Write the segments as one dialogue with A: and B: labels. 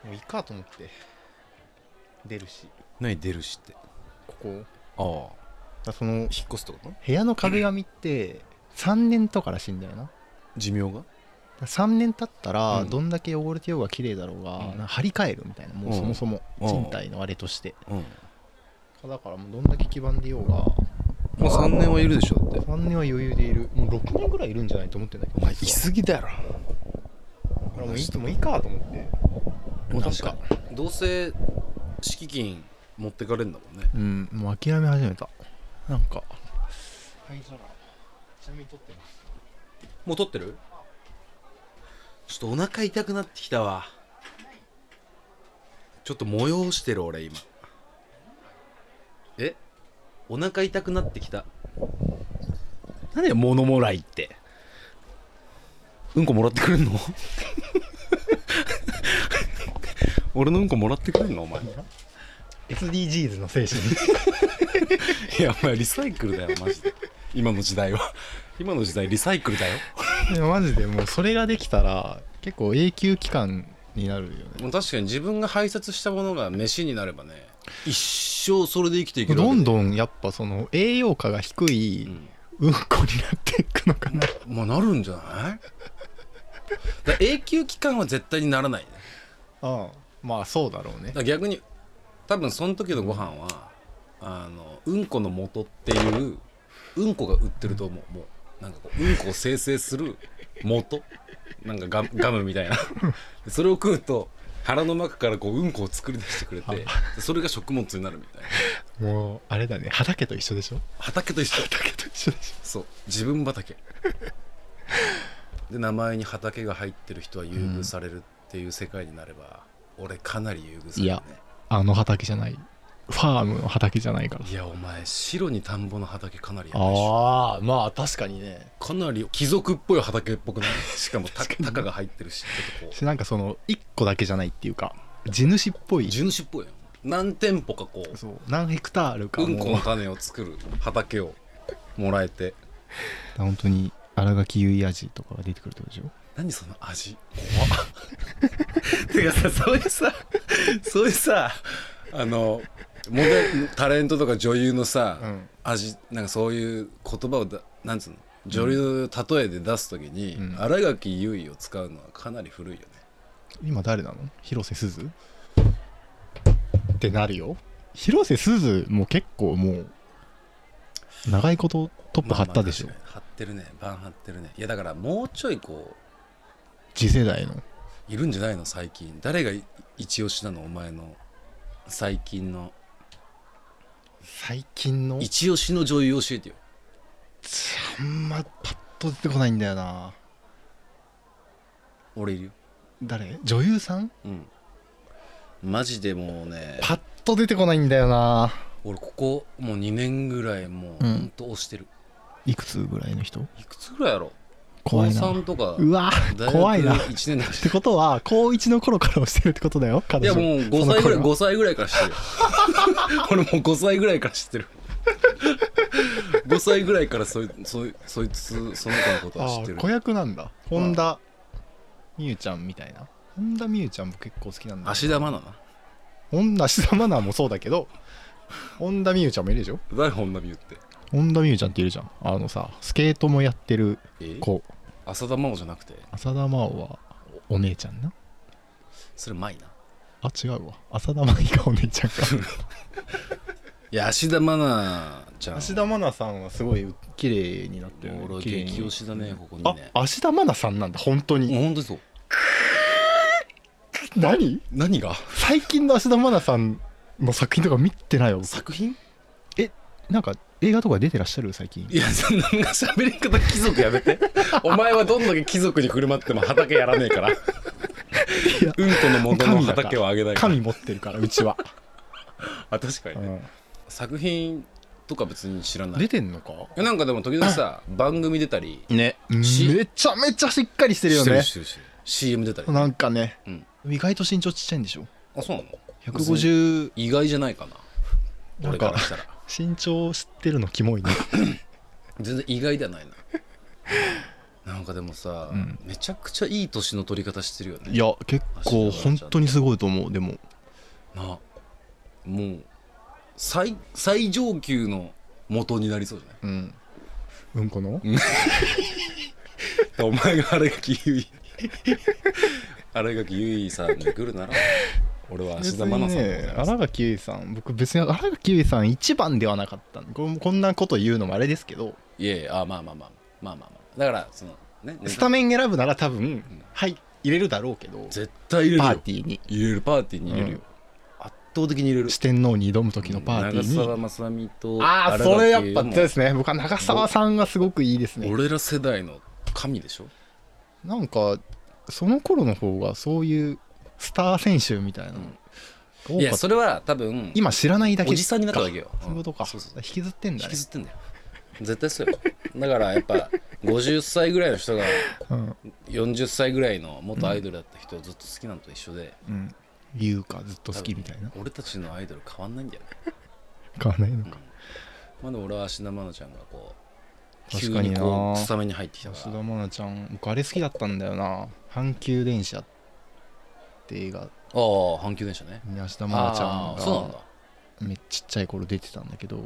A: もういいかと思って出るし。
B: 何出るしって。
A: ここ
B: ああ、
A: その
B: 引っ越すってこと？
A: 部屋の壁紙って3年とからしいんだよな。
B: 寿命が
A: 3年経ったら
B: うん
A: どんだけ汚れてようが綺麗だろうが、
B: うん
A: 張り替えるみたいな、もうそもそも
B: うん
A: 賃貸のあれとして、
B: うん。
A: だからもうどんだけ黄ばんでようが
B: もう3年はいるでしょだって。
A: 3年は余裕でいる。もう6年ぐらいいるんじゃないと思ってんだけど、
B: お前いすぎだろ。
A: だからもういつもいいかと思って。
B: もう確かどうせ敷金持ってかれんだもんね。
A: うん、もう諦め始めた。なんか灰皿ちなみに取ってます。
B: もう撮ってる？ちょっとお腹痛くなってきたわ。ちょっと催してる俺今。お腹痛くなってきた。何だよ物もらいって。うんこもらってくれんの？俺のうんこもらってくれんのお前。
A: SDGs の精神
B: いやお前リサイクルだよマジで。今の時代は今の時代リサイクルだよ。
A: いやマジでもうそれができたら結構永久期間になるよね。
B: もう確かに自分が排泄したものが飯になればね、一生それで生きていけるわけで。
A: どんどんやっぱその栄養価が低いうんこになっていくのかな。
B: まあなるんじゃないだ永久期間は絶対にならないね。
A: ああ、まあそうだろうね。
B: だ逆に多分その時のご飯はうんこの素っていううんこが売ってると思う。もうなんかこううんこを生成する素なんかガムみたいなそれを食うと腹の中からこううんこを作り出してくれて、それが食物になるみたいな。
A: もうあれだね、畑と一緒でしょ。
B: 畑と一緒。
A: 畑と一緒でし
B: そう、自分畑で名前に畑が入ってる人は優遇されるっていう世界になれば、俺かなり優遇されるね。
A: いやあの畑じゃない、ファームの畑じゃないから。
B: いやお前白に田んぼの畑かなりやばいし。
A: ああまあ確かにね。
B: かなり貴族っぽい畑っぽくない？しかも鷹が入ってるし、ちょっとこ
A: なんかその1個だけじゃないっていうか地主っぽい。
B: 地主っぽいよ。何店舗かこう
A: そう何ヘクタールか
B: うんこの種を作る畑をもらえて。
A: 本当に新垣結衣味とかが出てくるってことでしょ。
B: 何その味怖ってかさ、そういうさタレントとか女優のさ、味なんかそういう言葉をなんつうの女優の例えで出すときに、新垣結衣を使うのはかなり古いよね。
A: 今誰なの？広瀬すずってなるよ。広瀬すずも結構もう長いことトップ張ったでしょ。
B: まあまあ張ってるね、バン張ってるね。いやだからもうちょいこう
A: 次世代の
B: いるんじゃないの最近。誰が一押しなのお前の最近の一押しの女優教えてよ。
A: あんまパッと出てこないんだよな。
B: 俺いるよ。
A: 誰？女優さん？
B: うんマジでもうね
A: パッと出てこないんだよな。
B: 俺ここもう2年ぐらいもうほんと推してる。
A: いくつぐらいの人？
B: いくつぐらいやろ。
A: 怖いな。
B: 高3とか。
A: うわ怖いな。
B: 1年
A: ってことは高1の頃から推してるってことだよ。
B: いやもう5歳ぐらいから知ってるよ俺もう5歳ぐらいから知ってる5歳ぐらいからそいつその子のことは知ってる。
A: 子役なんだ。本田美優ちゃんみたいな。本田美優ちゃんも結構好きなんだ。
B: 芦田愛菜な。
A: 芦田愛菜もそうだけど本田美優ちゃんもいるでしょ。
B: 誰本田美優って。
A: 本田美優ちゃんっているじゃん。さスケートもやってる子。
B: 浅田真央じゃなくて。
A: 浅田真央はお姉ちゃんな。
B: それ舞な。
A: あ違うわ、浅田舞がお姉ちゃんか
B: いや芦田愛菜ちゃん。
A: 芦田愛菜さんはすごい綺麗になってる、ね。
B: 俺激推しだねここにね。
A: 芦田愛菜さんなんだ本当に。
B: 本当にそう。何が
A: 最近の芦田愛菜さんの作品とか見てないよ。
B: 作品？
A: なんか映画とか出てらっしゃる最近。
B: いやそんな喋り方貴族やめてお前はどんだけ貴族に振る舞っても畑やらねえからうんこの元の畑をあげないから。
A: 神持ってるからうちは
B: あ確かにね、作品とか別に知らない。
A: 出てんのか。
B: なんかでも時々さ番組出たり
A: ね、めちゃめちゃしっかりしてるよね。
B: してる CM 出たり
A: なんかね、意外と身長ちっちゃいんでしょ。
B: あそうなの。
A: 150。
B: 意外じゃないかな俺からしたら。身
A: 長知ってるのキモいね
B: 全然意外ではないなんかでもさ、
A: うん
B: めちゃくちゃいい年の取り方してるよね。
A: いや結構本当にすごいと思う。でも
B: な、もう最上級の元になりそうじゃない？
A: うんこの
B: お前が新垣結衣さんで来るなら俺は芦田愛菜さんでございます。
A: 新垣結衣さん僕別に新垣結衣さん一番ではなかったんでこんなこと言うのもあれですけど、
B: いやいや、まあだからそのね、
A: スタメン選ぶなら多分はい入れるだろうけど、
B: 絶対入れるよ。
A: パーティーに
B: パーティーに入れるよ、圧倒的に入れる。
A: 四天王に挑む時のパーティーに、
B: 長澤まさみと
A: ああ
B: 新垣
A: それやっぱ
B: も
A: ですね。僕は長澤さんがすごくいいですね。
B: 俺ら世代の神でしょ。
A: なんかその頃の方がそういうスター選手みたいなのが多かった。
B: いやそれは多分
A: 今知らないだけ
B: おじさんになっただけよ。
A: そういうことか。
B: そうそう
A: 引きずってんだね。
B: 引きずってんだよ絶対そうよ。だからやっぱ50歳ぐらいの人が
A: うん
B: 40歳ぐらいの元アイドルだった人をずっと好きなのと一緒で、
A: うん優香ずっと好きみたいな。
B: 俺たちのアイドル変わんないんだよね。
A: 変わんないのか。
B: まあでも俺は芦田愛菜ちゃんがこう
A: 確かにな
B: 急こうスタメンに入ってきた
A: 芦田
B: から。
A: 愛菜ちゃん僕あれ好きだったんだよな。阪急電車って映画
B: ああ阪急電車ね。
A: に芦田愛菜ちゃん
B: ああそうなんだ。
A: がめっちゃい頃出てたんだけど、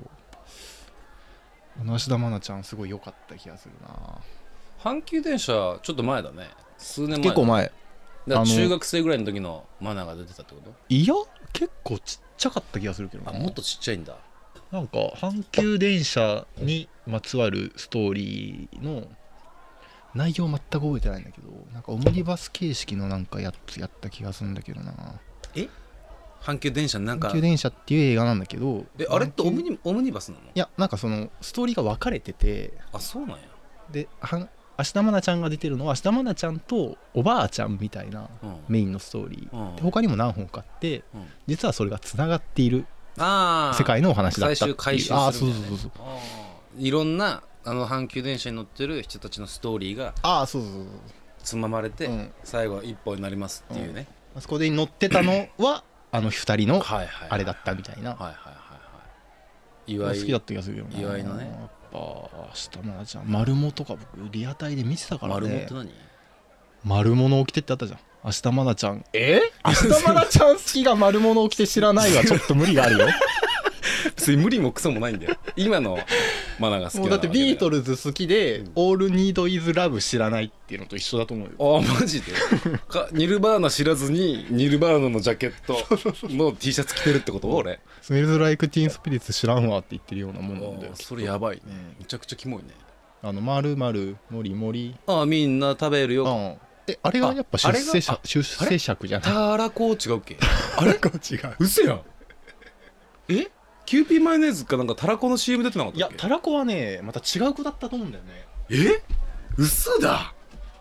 A: 芦田愛菜ちゃんすごい良かった気がするな。
B: 阪急電車ちょっと前だね。数年前だ。
A: 結構前。
B: だから中学生ぐらいの時のマナが出てたってこと？
A: いや結構ちっちゃかった気がするけどな。
B: もっとちっちゃいんだ。
A: なんか阪急電車にまつわるストーリーの内容全く覚えてないんだけど、なんかオムニバス形式のなんかやった気がするんだけどな。
B: 阪急電車なんか
A: 阪急電車っていう映画なんだけど、
B: あれってオム
A: い
B: ニバスなの？
A: やなんかそのストーリーが分かれてて、
B: あそうなんや。
A: で芦田愛菜ちゃんが出てるのは芦田愛菜ちゃんとおばあちゃんみたいなメインのストーリー、で他にも何本かあって、実はそれがつながっている世界のお話だったっていう。
B: 最終回収するみたいな、ね、
A: あそうそう
B: いろんな阪急電車に乗ってる人たちのストーリーが
A: そう
B: つままれて、最後は一本になりますっていうね、
A: あそこで乗ってたのは2人の
B: はいはい
A: あれだったみたいな。
B: 岩井
A: 好きだった気がするよな。
B: 岩井のね、
A: やっぱ芦田愛菜ちゃん丸もとか僕リアタイで見てたからね。
B: 丸もって何？
A: 丸物を着てってあったじゃん。芦田愛菜ちゃん芦田愛菜ちゃん好きが丸物を着て知らないはちょっと無理があるよ。
B: 別に無理もクソもないんだよ今のマナが好きな
A: もうだってビートルズ好きで「All Need Is Love」知らないっていうのと一緒だと思うよ。
B: マジでニルバーナ知らずにニルバーナのジャケットの T シャツ着てるってこと？俺
A: スメルズ・ライク・ティーン・スピリッツ知らんわって言ってるようなもんなんだよ。
B: それやばいね、めちゃくちゃキモいね。
A: まるまるもりもり
B: みんな食べるよ。
A: あれがやっぱ出世作じゃない？
B: たらこ違うっけ？
A: あれか違う。
B: うせやん。キューピーマヨネーズかなんかたらこの CM 出てなかったっけ？
A: いやたらこはねまた違う子だったと思うんだよね。
B: 嘘だ。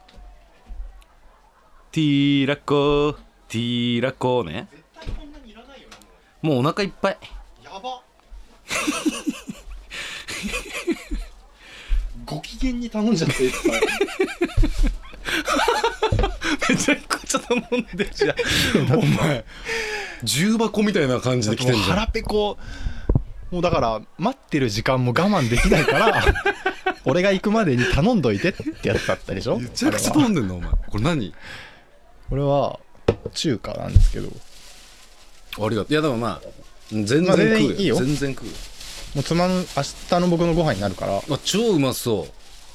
B: ティーラコね。
A: 絶対こんなにいらないよね。
B: もうお腹いっぱい。
A: やばご機嫌に頼んじゃっていっぱい
B: めちゃくちゃ頼んでじゃんお前重箱みたいな感じで来てんじゃん。
A: 腹ペコもうだから待ってる時間も我慢できないから俺が行くまでに頼んどいてってやつだったでしょ。
B: めちゃくちゃ頼んでんのお前。これ何？
A: これは中華なんですけど。
B: ありがとう。いやでもまあ全然食うよ、
A: 全然いいよ。
B: 全然食うよ。
A: もうつまむ明日の僕のご飯になるから。
B: 超うまそう。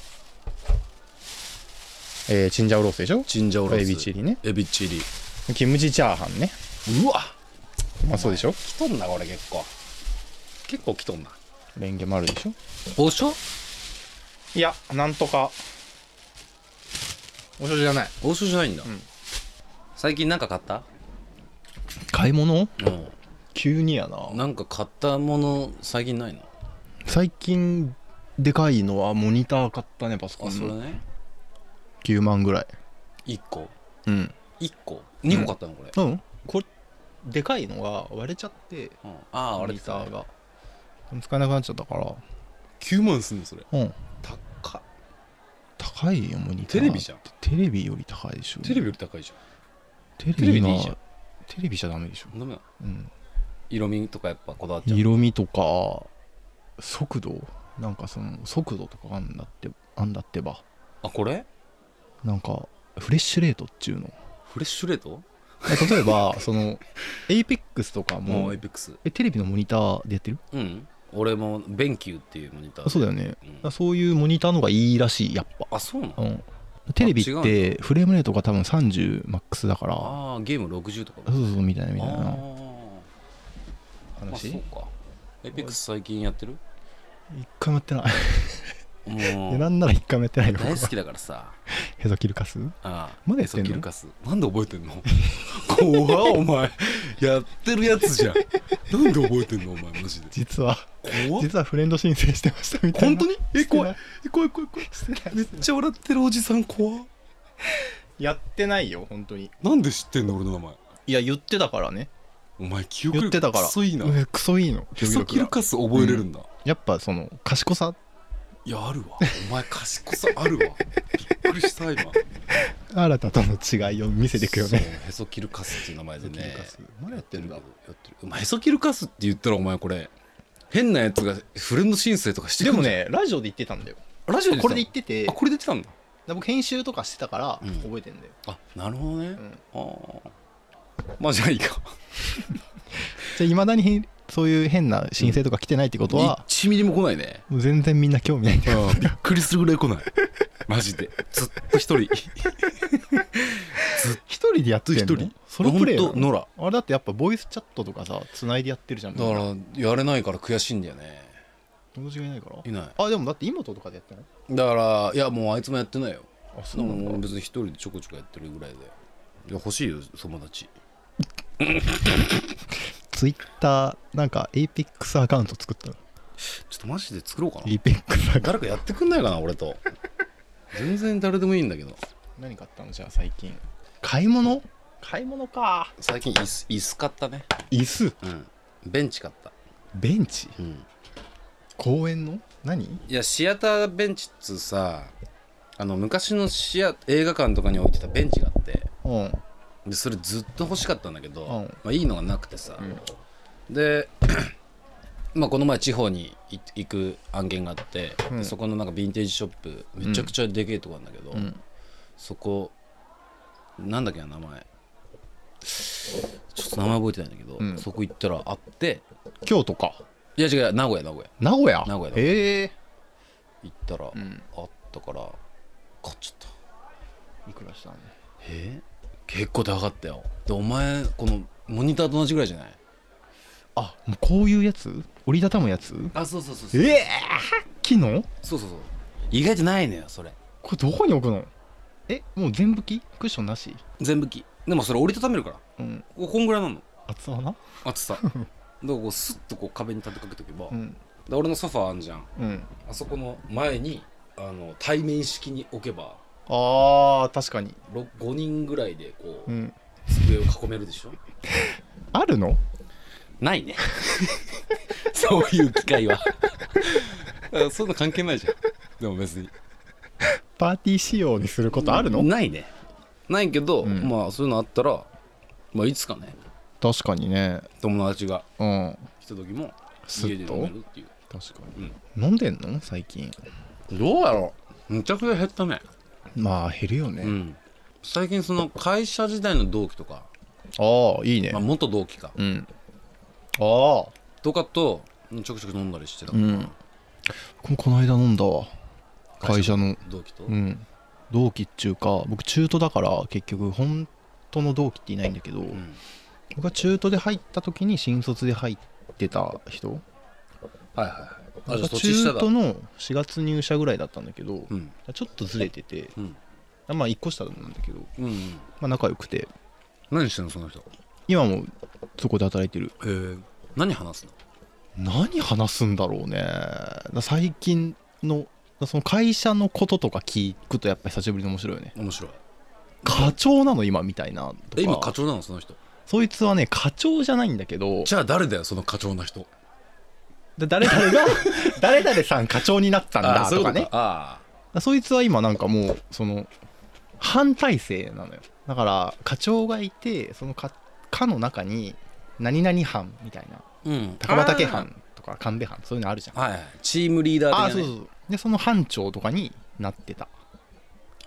A: チンジャオロースでしょ。
B: チンジャオロース、
A: エビチリね。
B: エビチリ、
A: キムチチャーハンね。
B: うわ
A: うまそうでしょ。
B: 来とんなこれ結構来とんな。
A: レンゲもあるでしょ。
B: おしょ？
A: いやなんとかおしょじゃない。
B: 王将じゃないんだ、最近なんか買った？
A: 買い物？急にやな。
B: なんか買ったもの最近ないの？
A: 最近でかいのはモニター買ったね。パソコンの。
B: それね。
A: 9万ぐらい。
B: 1個
A: 1
B: 個2個買ったのこれ？
A: これでかいのが割れちゃって、
B: モ
A: ニターが使えなくなっちゃったから
B: 9万すんのそれ。
A: 高いよモニター。
B: テレビじゃん。
A: テレビより高いでしょ。
B: テレビより高いじゃん。
A: テレビでいいじゃん。テレビじゃダメでしょ。
B: ダメなの？色味とかやっぱこだわっちゃう。
A: 色味とか速度なんかその速度とかあんだってば。
B: これ？
A: なんかフレッシュレートっていうの。
B: フレッシュレート？
A: 例えばそのエイペックスとかも
B: エイペックス
A: テレビのモニターでやってる？
B: 俺もベンキューっていうモニター。
A: そうだよね、そういうモニターの方がいいらしいやっぱ。
B: あ、そうなの？
A: テレビってフレームレートが多分30マックスだから。
B: ゲーム60とか。
A: そうみたいな話。
B: そうか。エイペックス最近やってる？
A: 一回もやってない。
B: もう
A: なんなら一回もやってないよ。
B: 大好きだからさ。
A: ヘソキルカス？まだやってんの？ヘソキルカス
B: なんで覚えてんの？怖っお前。やってるやつじゃん。なんで覚えてんのお前マジで。
A: 実はフレンド申請してましたみたいな。
B: 本当に？怖い。めっちゃ笑ってるおじさん怖っ。
A: やってないよ本当に。
B: なんで知ってんの俺の名前？
A: いや言ってたからね。
B: お前記憶力クソいいな。
A: クソいいの。
B: ヘソキルカス覚えれるんだ。
A: やっぱその賢さ。
B: いやあるわ。お前賢さあるわ。びっくりした今。
A: 新たとの違いを見せていくよね。
B: ヘソキルカスっていう名前でね。
A: まだやってるんだ。
B: お前ヘソキルカスって言ったらお前これ変なやつがフレンド申請とかしてくる。
A: でもねラジオで言ってたんだよ。
B: ラジオで
A: これで言ってて。
B: これで言ってたんだ。
A: 僕編集とかしてたから覚えてんだよ。
B: なるほどね。まあじゃあいいか。
A: じゃあいまだにそういう変な申請とか来てないってことは、
B: 1ミリも来ないね。
A: もう全然みんな興味ないんだよ。
B: びっくりするぐらい来ない。マジでずっと一人。
A: 一人でやってんの？ソロプレイなの？
B: ノラ。
A: あれだってやっぱボイスチャットとかさ繋いでやってるじゃん。
B: だからやれないから悔しいんだよね。
A: 友達がいないから？
B: いない。
A: でもだって妹とかでやってない？
B: だからいやもうあいつもやってないよ。
A: そうなんだ。
B: 別に一人でちょこちょこやってるぐらいで。いや欲しいよ友達。
A: ツイッターなんかエイペックスアカウント作ったの？
B: ちょっとマジで作ろうかな。
A: エイペックスアカウント
B: 誰かやってくんないかな俺と。全然誰でもいいんだけど。
A: 何買ったのじゃあ最近？買い物か。
B: 最近椅子買ったね。
A: 椅子？
B: ベンチ買った。
A: ベンチ？公園の？何？
B: いやシアターベンチっつうさ昔の映画館とかに置いてたベンチがあって、でそれずっと欲しかったんだけど、いいのがなくてさ、でこの前地方に行く案件があって、そこのなんかヴィンテージショップめちゃくちゃでけえとこなんだけど、そこなんだっけな名前ちょっと名前覚えてないんだけど、そこ行ったらあって。
A: 京都か？
B: いや違う名古屋
A: へえ。
B: 行ったら、あったから買っちゃった。
A: いくらしたの？
B: 結構高かったよ。でお前このモニターと同じぐらいじゃない？
A: もうこういうやつ？折りたたむやつ？
B: そう
A: 木の？そう
B: 意外とないのよそれ。
A: これどこに置くの？もう全部木？クッションなし？
B: 全部木。でもそれ折りたためるから、こんぐらいなの厚さ。だからこうスッとこう壁に立てかけとけば、で俺のソファーあんじゃん、あそこの前に対面式に置けば
A: 確かに
B: 5人ぐらいでこう、机を囲めるでしょ。
A: あるの？
B: ないね。そういう機会は。そんな関係ないじゃん。でも別に
A: パーティー仕様にすることあるの？
B: ないね。ないけど、そういうのあったらいつかね。
A: 確かにね。
B: 友達が来た時も家で飲めるっていう。
A: 確かに、飲んでんの最近？
B: どうやろう。むちゃくちゃ減ったね。
A: 減るよね、
B: 最近その会社時代の同期とか
A: いいね、
B: 元同期かとかとちょくちょく飲んだりしてたから、
A: 僕もこの間飲んだわ。会社の
B: 同期と、
A: 同期っちゅうか僕中途だから結局本当の同期っていないんだけど、僕が中途で入った時に新卒で入ってた人、中途の4月入社ぐらいだったんだけど、ちょっとずれてて、1個下なんだけど、仲良くて。
B: 何してんのその人？
A: 今もそこで働いてる。
B: 何話すの？
A: 何話すんだろうね。最近のその会社のこととか聞くとやっぱ久しぶりに面白いよね。
B: 面白い。
A: 課長なの今みたいなとか。
B: 今課長なのその人？
A: そいつはね課長じゃないんだけど。
B: じゃあ誰だよその課長の人？
A: 誰々が誰々さん課長になったんだとかね。そいつは今なんかもうその班体制なのよ。だから課長がいてその課の中に何々班みたいな、高畑班とか神戸班そういうのあるじゃん。
B: チームリーダー的なね。
A: でその班長とかになってた。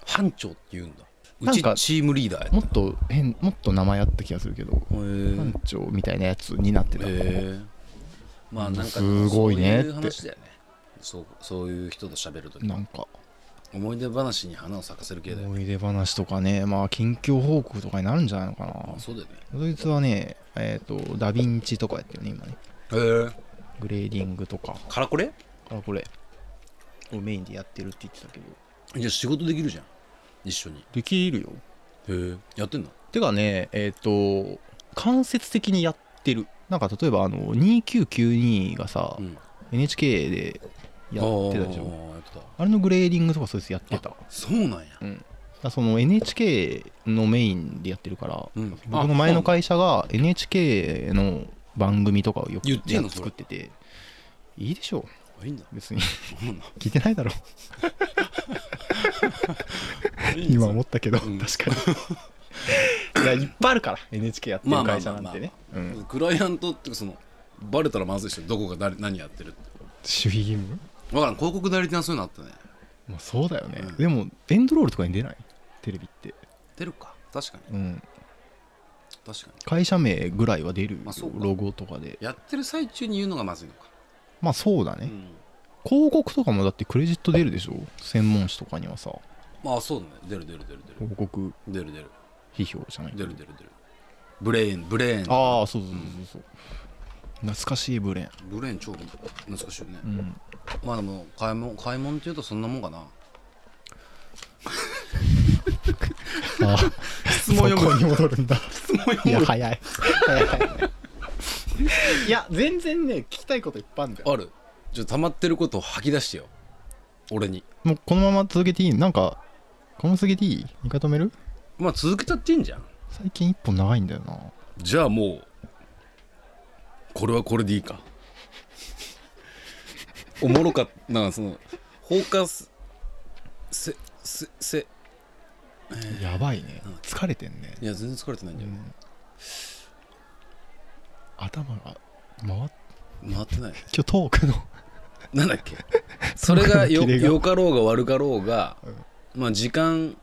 B: 班長って言うんだ。うち
A: なんか
B: チームリーダーやった。
A: もっと名前あった気がするけど、班長みたいなやつになってた。
B: まあなんか
A: すごいねって
B: そういう話だよね。そういう人と喋るとき
A: なんか
B: 思い出話に花を咲かせる系だよね。
A: 思い出話とかね、まあ近況報告とかになるんじゃないのかな。
B: そうだよね。
A: そいつはね、ダヴィンチとかやってるね今ね。グレーディングとか
B: カラコレ
A: これをメインでやってるって言ってたけど。
B: じゃあ仕事できるじゃん、一緒に。
A: できるよ。
B: へえ、やってんの？
A: てかね、間接的にやってる。なんか例えば2992がさ、NHK でやってたでしょ。あれのグレーディングとかそいつやってた。
B: そうなんや。
A: その NHK のメインでやってるから、僕の前の会社が NHK の番組とかをよく作ってて、いいでしょう。
B: いいんだ
A: 別に聞いてないだろ今思ったけど、確かにいやいっぱいあるから NHK やってる会社なんてね。
B: クライアントってそのバレたらまずいでしょ、どこが何やってるって。
A: 守秘義務
B: 分からん、広告代理店はそういうのあったね。
A: まあそうだよね、でもエンドロールとかに出ない？テレビって
B: 出るか。確かに、確かに
A: 会社名ぐらいは出る、ロゴとかで
B: やってる最中に言うのがまずいのか。
A: まあそうだね、広告とかもだってクレジット出るでしょ、専門誌とかにはさ。
B: まあそうだね、出る
A: 広告
B: 出る
A: 批評じゃない、
B: 出るブレーン。
A: ああそう、懐かしいブレーン
B: 超懐かしいよね。まあでも買い物っていうとそんなもんかな。
A: 質問読むに戻るんだ。いや早いいや全然ね聞きたいこといっぱいあるんだよ。
B: ある。ちょっと溜まってることを吐き出してよ、俺に。
A: もうこのまま続けていい？なんかこのまま続けていい？言い方止める？
B: まあ続けたっていいんじゃん。
A: 最近一本長いんだよな。
B: じゃあもうこれはこれでいいか。おもろかったな、その放火
A: やばいね、疲れてんね。
B: いや全然疲れてないんだよね、
A: 頭が
B: 回ってない。
A: 今日トークの
B: なんだっけそれが良かろうが悪かろうが、まあ時間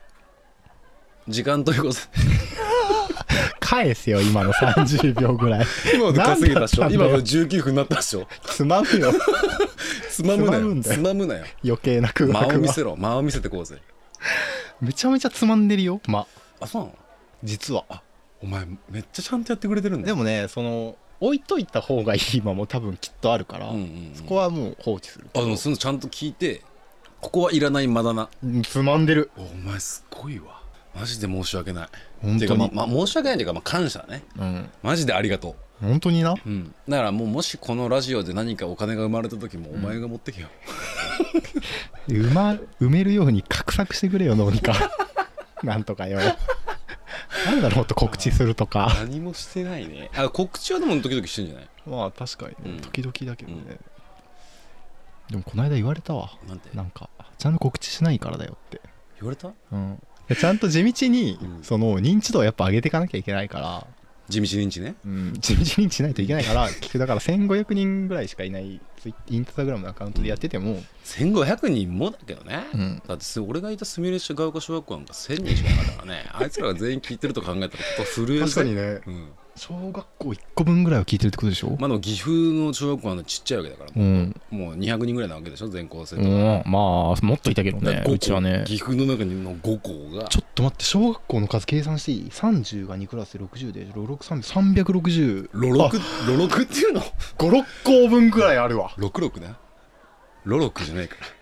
B: ということで
A: 返せよ今の30秒ぐらい
B: 今ので稼げたでしょ。今の19分になったでしょ。
A: つまむよ
B: つまむなよ
A: 余計な空白は。
B: 間を見せてこうぜ。
A: めちゃめちゃつまんでるよ。
B: あ、そうなの？
A: 実は
B: お前めっちゃちゃんとやってくれてるんだ。
A: でもね、その置いといた方がいい今も多分きっとあるから、そこはもう放置する。
B: でもそのちゃんと聞いて、ここはいらない間だな。
A: つまんでる。
B: お前すごいわ。マジで申し訳ない。
A: 本当に。
B: 申し訳ないというか、感謝ね。マジでありがと
A: う。本当にな。
B: だからもしこのラジオで何かお金が生まれた時もお前が持ってけよ。
A: 埋めるように画策してくれよ、どうにか。なんとかよ。なんだろう、もっと告知するとか。
B: 何もしてないね。告知はでも時々してんじゃない？
A: まあ確かにね、時々だけどね。でもこの間言われたわ。なんかちゃんと告知しないからだよって
B: 言われた？
A: ちゃんと地道にその認知度をやっぱ上げていかなきゃいけないから。
B: 地道認知ね。
A: 地道認知しないといけないからだから1500人ぐらいしかいないインスタグラムのアカウントでやってても
B: 1500人もだけどね、だって俺がいた住吉ヶ丘小学校なんか1000人しかいなかったからね。あいつらが全員聞いてると考えたらちょっと震える。
A: 確かにね、小学校1個分ぐらいは聞いてるってことでしょ。
B: まあでも岐阜の小学校はちっちゃいわけだから、もう200人ぐらいなわけでしょ、全校生徒が。
A: まあもっといたけどね、うちはね。
B: 岐阜の中にの5校が。
A: ちょっと待って、小学校の数計算していい？ 30 が2クラスで60で360。
B: ロロクっていうの
A: 5、6校分ぐらいあるわ。
B: 66ね。ロロクじゃないから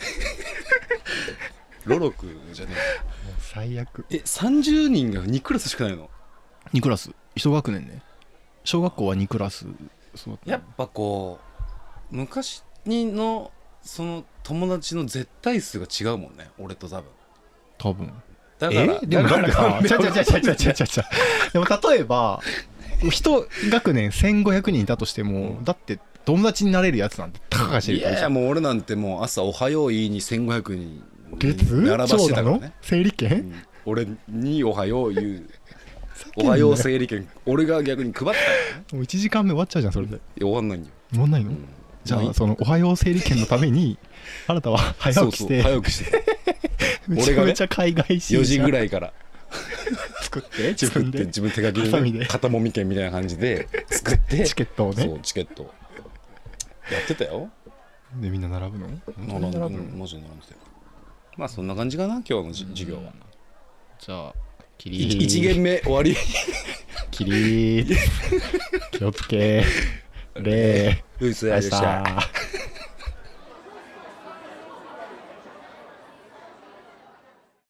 B: ロロクじゃねえ。
A: もう最悪。
B: 30人が2クラスしかないの
A: ？2クラス1学年ね。小学校は2クラス。
B: やっぱこう昔のその友達の絶対数が違うもんね、俺と多分だから
A: でも誰かでも例えば1学年1500人いたとしても、だって友達になれるやつなんてたかが知れてる。
B: いやもう俺なんてもう朝おはよう言いに1500人
A: 並ばしてたからね。整理券、
B: 俺におはよう言うおはよう整理券俺が逆に配ったよね。
A: もう1時間目終わっちゃうじゃんそれで。
B: 終わんないんよ。
A: 終わんないの？じゃあそのおはよう整理券のためにあなたは早起きしてめちゃめちゃ海外しい
B: 4時ぐらいから
A: 作って自分で
B: 手書きで、ね、肩もみ券みたいな感じで作って
A: チケットをね、
B: そうチケットやってたよ。
A: でみんな並ぶの？
B: 並ぶの？マジで並んでたよ。まあそんな感じかな今日の授業は。
A: じゃあキリー
B: 1限目終わり
A: キリー気をつけ
B: うっすらでした。